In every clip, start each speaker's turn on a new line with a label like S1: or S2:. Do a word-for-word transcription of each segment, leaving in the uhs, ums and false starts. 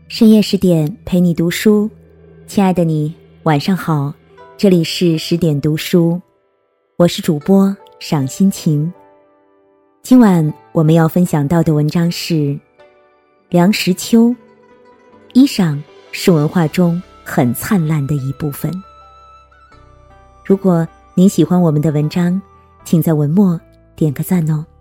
S1: 深夜十点陪你读书，亲爱的你晚上好，这里是十点读书，我是主播赏心情。今晚我们要分享到的文章是梁实秋，衣裳是文化中很灿烂的一部分。如果您喜欢我们的文章，请在文末点个赞哦。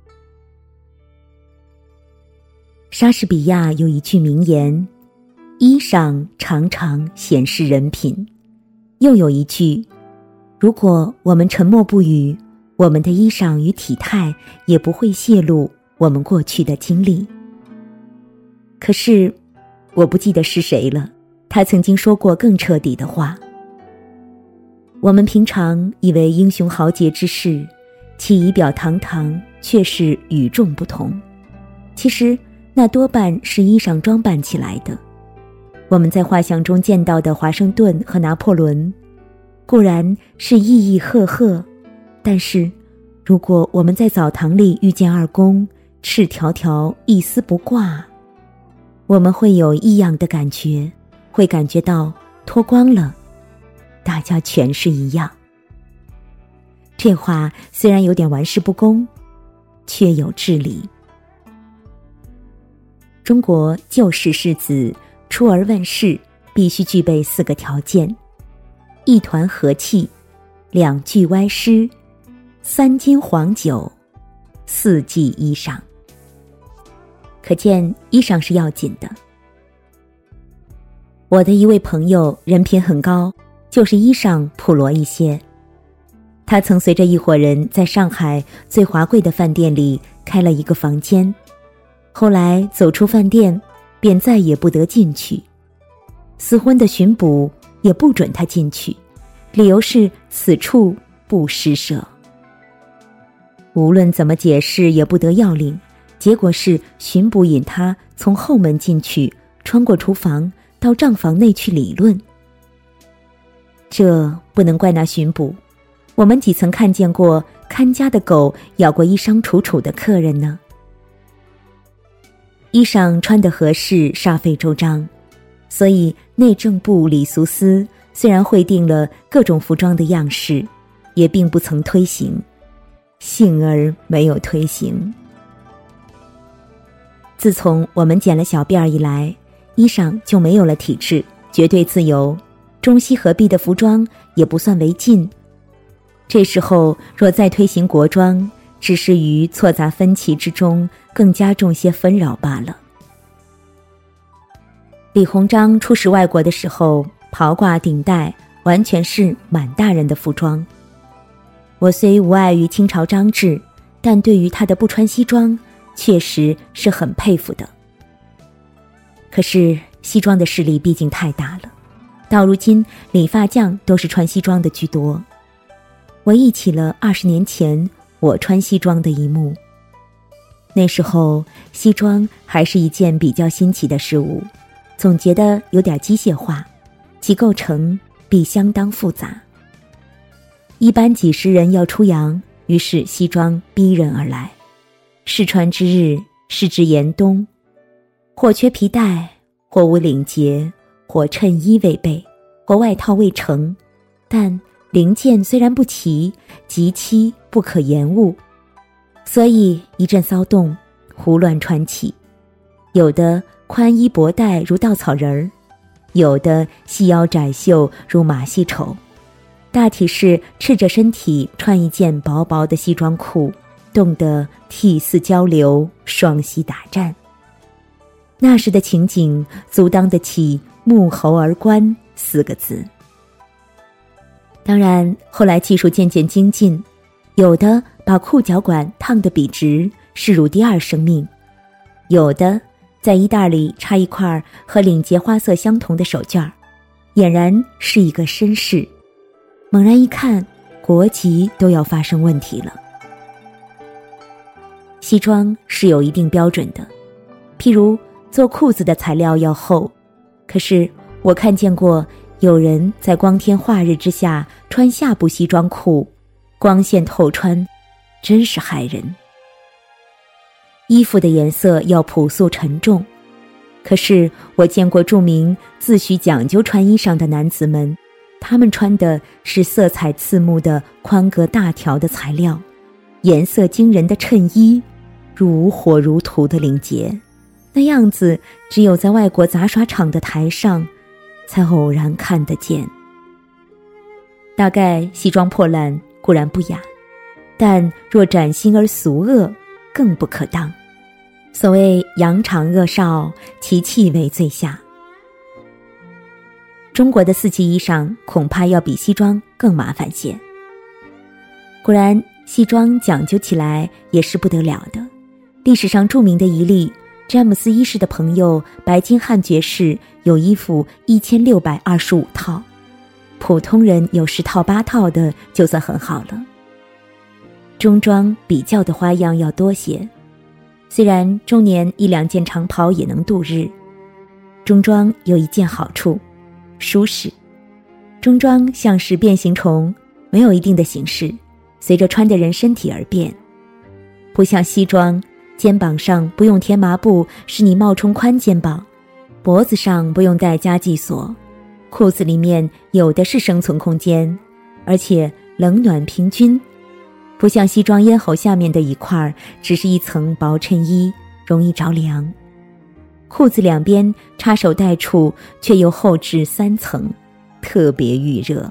S1: 莎士比亚有一句名言，衣裳常常显示人品。又有一句，如果我们沉默不语，我们的衣裳与体态也不会泄露我们过去的经历。可是我不记得是谁了，他曾经说过更彻底的话。我们平常以为英雄豪杰之士，其仪表堂堂，却是与众不同。其实那多半是衣裳装扮起来的。我们在画像中见到的华盛顿和拿破仑，固然是意义赫赫，但是如果我们在澡堂里遇见二公，赤条条一丝不挂，我们会有异样的感觉，会感觉到脱光了，大家全是一样。这话虽然有点玩世不恭，却有至理。中国旧式士子出而问世，必须具备四个条件：一团和气，两句歪诗，三斤黄酒，四季衣裳。可见衣裳是要紧的。我的一位朋友人品很高，就是衣裳普罗一些。他曾随着一伙人在上海最华贵的饭店里开了一个房间，后来走出饭店便再也不得进去，私婚的巡捕也不准他进去，理由是此处不施舍。无论怎么解释也不得要领，结果是巡捕引他从后门进去，穿过厨房到账房内去理论。这不能怪那巡捕，我们几曾看见过看家的狗咬过衣裳楚楚的客人呢？衣裳穿得合适，煞费周章，所以内政部礼俗司虽然会定了各种服装的样式，也并不曾推行，幸而没有推行。自从我们剪了小辫儿以来，衣裳就没有了体制，绝对自由，中西合璧的服装也不算违禁。这时候若再推行国装，只是于错杂分歧之中更加重些纷扰罢了。李鸿章出使外国的时候，袍褂顶戴完全是满大人的服装。我虽无碍于清朝张志，但对于他的不穿西装确实是很佩服的。可是西装的势力毕竟太大了，到如今理发匠都是穿西装的居多。我忆起了二十年前我穿西装的一幕。那时候西装还是一件比较新奇的事物，总觉得有点机械化，其构成必相当复杂。一般几十人要出洋，于是西装逼人而来。试穿之日是指严冬，或缺皮带，或无领结，或衬衣未备，或外套未成，但零件虽然不齐，极期不可延误，所以一阵骚动，胡乱穿起。有的宽衣薄带如稻草人儿，有的细腰窄袖如马戏丑，大体是赤着身体穿一件薄薄的西装裤，冻得涕泗交流，双膝打颤。那时的情景足当得起沐猴而观四个字。当然后来技术渐渐精进，有的把裤脚管烫得笔直，视如第二生命，有的在衣袋里插一块和领结花色相同的手绢，俨然是一个绅士。猛然一看，国籍都要发生问题了。西装是有一定标准的，譬如做裤子的材料要厚，可是我看见过有人在光天化日之下穿下部西装裤，光线透穿，真是骇人。衣服的颜色要朴素沉重， 可是我见过著名自诩讲究穿衣裳的男子们，他们穿的是色彩刺目的宽格大条的材料，颜色惊人的衬衣，如火如荼的领结，那样子只有在外国杂耍场的台上才偶然看得见。大概西装破烂固然不雅，但若崭新而俗恶，更不可当。所谓扬长恶少，其气味最下。中国的四季衣裳恐怕要比西装更麻烦些。果然，西装讲究起来也是不得了的。历史上著名的一例，詹姆斯一世的朋友白金汉爵士有衣服一千六百二十五套，普通人有十套八套的就算很好了。中装比较的花样要多些，虽然中年一两件长袍也能度日。中装有一件好处，舒适。中装像是变形虫，没有一定的形式，随着穿的人身体而变。不像西装，肩膀上不用贴麻布使你冒充宽肩膀，脖子上不用带加系锁，裤子里面有的是生存空间，而且冷暖平均。不像西装咽喉下面的一块只是一层薄衬衣，容易着凉。裤子两边插手带处却又厚至三层，特别预热。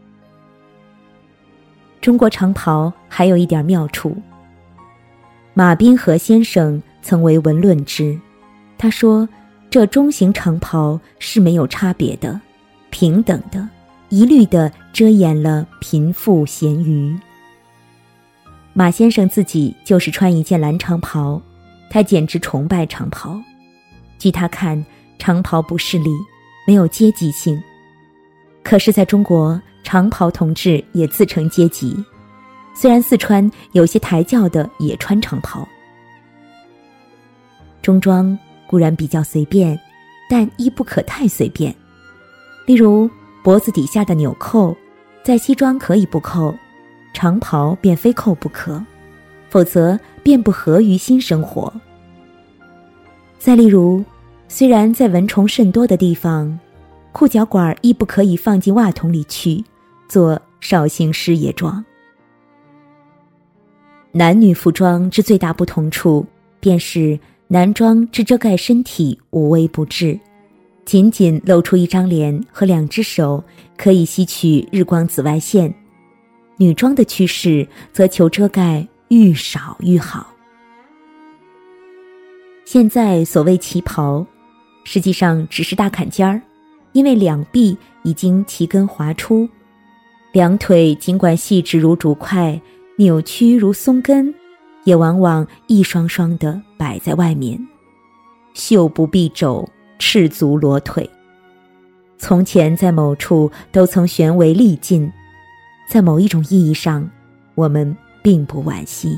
S1: 中国长袍还有一点妙处，马宾和先生曾为文论之，他说这中型长袍是没有差别的，平等的，一律的遮掩了贫富咸愚。马先生自己就是穿一件蓝长袍，他简直崇拜长袍。据他看，长袍不势利，没有阶级性。可是在中国，长袍同志也自成阶级，虽然四川有些抬轿的也穿长袍。中装固然比较随便，但亦不可太随便。例如脖子底下的纽扣，在西装可以不扣，长袍便非扣不可，否则便不合于新生活。再例如，虽然在蚊虫甚多的地方，裤脚管亦不可以放进袜筒里去，做绍兴师爷装。男女服装之最大不同处，便是男装之遮盖身体无微不至，仅仅露出一张脸和两只手，可以吸取日光紫外线。女装的趋势则求遮盖愈少愈好。现在所谓旗袍，实际上只是大坎肩儿，因为两臂已经齐根滑出，两腿尽管细致如竹块，扭曲如松根，也往往一双双地摆在外面，袖不蔽肘，赤足裸腿。从前在某处都曾悬为利尽，在某一种意义上，我们并不惋惜。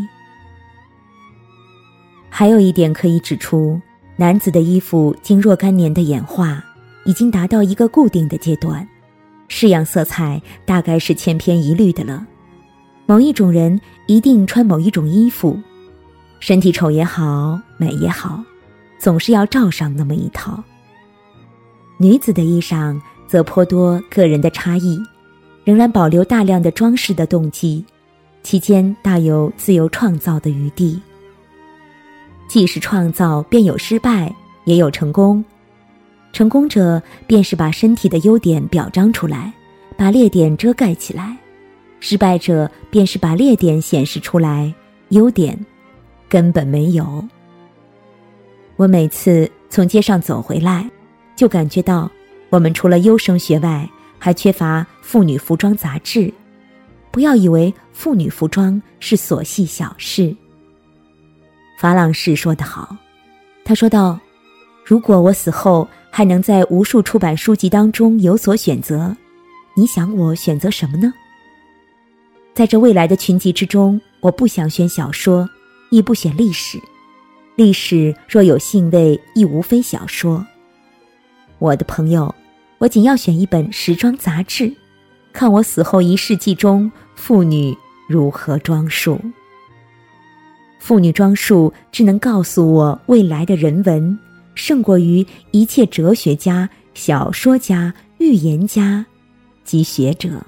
S1: 还有一点可以指出，男子的衣服经若干年的演化，已经达到一个固定的阶段，式样色彩大概是千篇一律的了。某一种人一定穿某一种衣服，身体丑也好，美也好，总是要罩上那么一套。女子的衣裳则颇多个人的差异，仍然保留大量的装饰的动机，其间大有自由创造的余地。既是创造，便有失败，也有成功。成功者便是把身体的优点表彰出来，把劣点遮盖起来；失败者便是把劣点显示出来，优点根本没有。我每次从街上走回来，就感觉到我们除了优生学外，还缺乏妇女服装杂志。不要以为妇女服装是琐细小事。法朗士说得好，他说道，如果我死后还能在无数出版书籍当中有所选择，你想我选择什么呢？在这未来的群集之中，我不想选小说，亦不选历史。历史若有兴味，亦无非小说。我的朋友，我仅要选一本时装杂志，看我死后一世纪中妇女如何装束。妇女装束只能告诉我未来的人文， 胜过于一切哲学家、小说家、预言家及学者。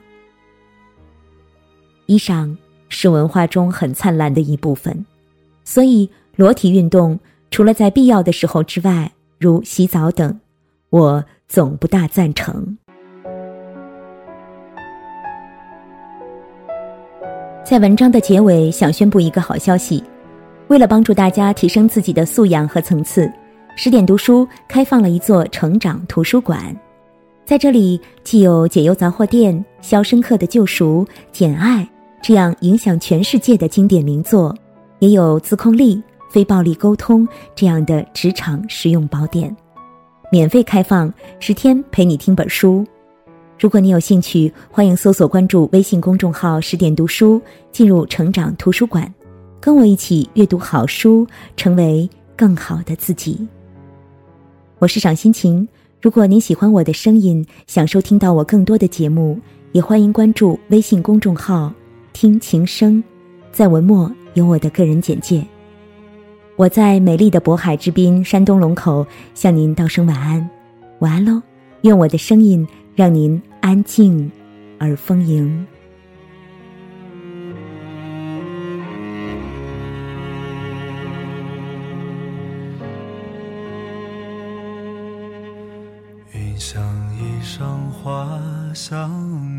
S1: 衣裳是文化中很灿烂的一部分，所以裸体运动除了在必要的时候之外，如洗澡等，我总不大赞成。在文章的结尾，想宣布一个好消息，为了帮助大家提升自己的素养和层次，十点读书开放了一座成长图书馆。在这里既有解忧杂货店、肖申克的救赎、简爱这样影响全世界的经典名作，也有自控力、非暴力沟通这样的职场实用宝典，免费开放，十天陪你听本书。如果你有兴趣，欢迎搜索关注微信公众号十点读书，进入成长图书馆，跟我一起阅读好书，成为更好的自己。我是赏心情，如果您喜欢我的声音，想收听到我更多的节目，也欢迎关注微信公众号听情声，在文末有我的个人简介。我在美丽的渤海之滨山东龙口向您道声晚安，晚安喽，愿我的声音让您安静而丰盈。
S2: 云像衣裳花相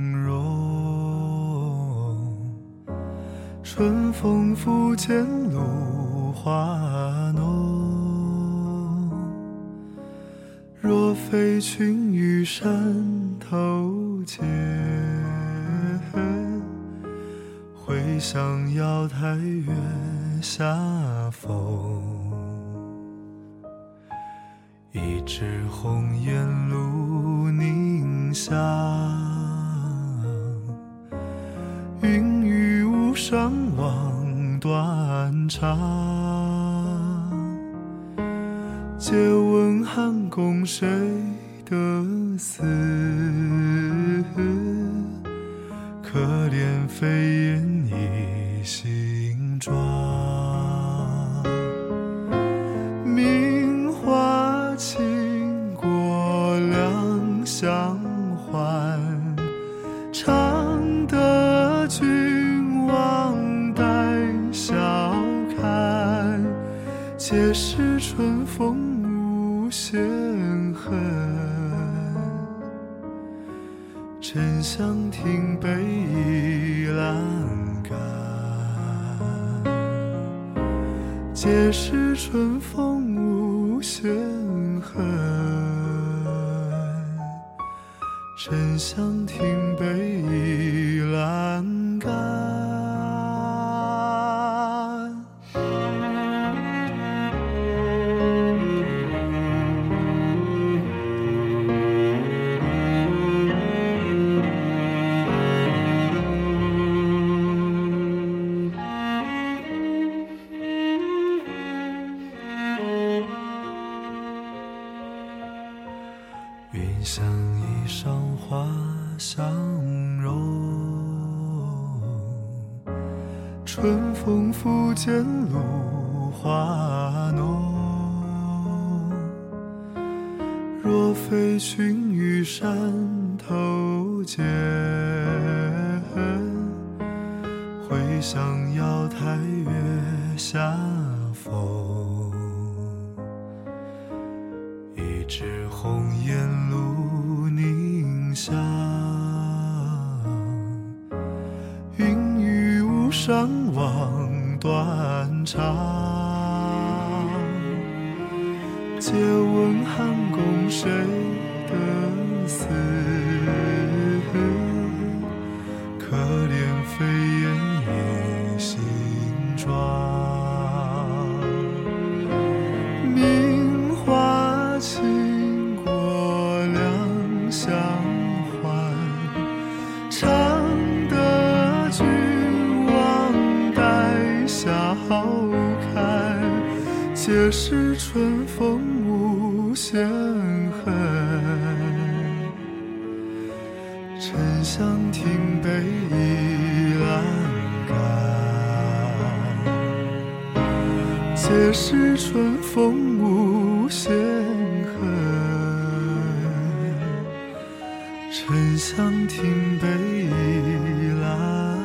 S2: 融，春风拂槛露华浓。若非群玉山头见，会向瑶台月下逢。一枝红颜露凝香，云雨巫山望断肠。借问汉宫谁得似？可怜飞燕倚新妆。名花倾国两相还，常得君王带笑看。皆是春风无限恨，沉香亭北倚栏杆。皆是春风无限恨，沉香亭北倚栏杆。云像衣裳花相融，春风拂槛露华浓。若非群玉山头见，会向瑶台月下逢。一枝红颜露凝香，云雨巫山望断肠。借问汉宫谁得似？可怜飞燕倚新妆。名花倾国两相还，常得君王带笑看。皆是春风无限恨，沉香亭北倚栏杆。 皆是春风无限恨。沉香亭北倚栏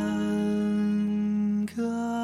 S2: 杆。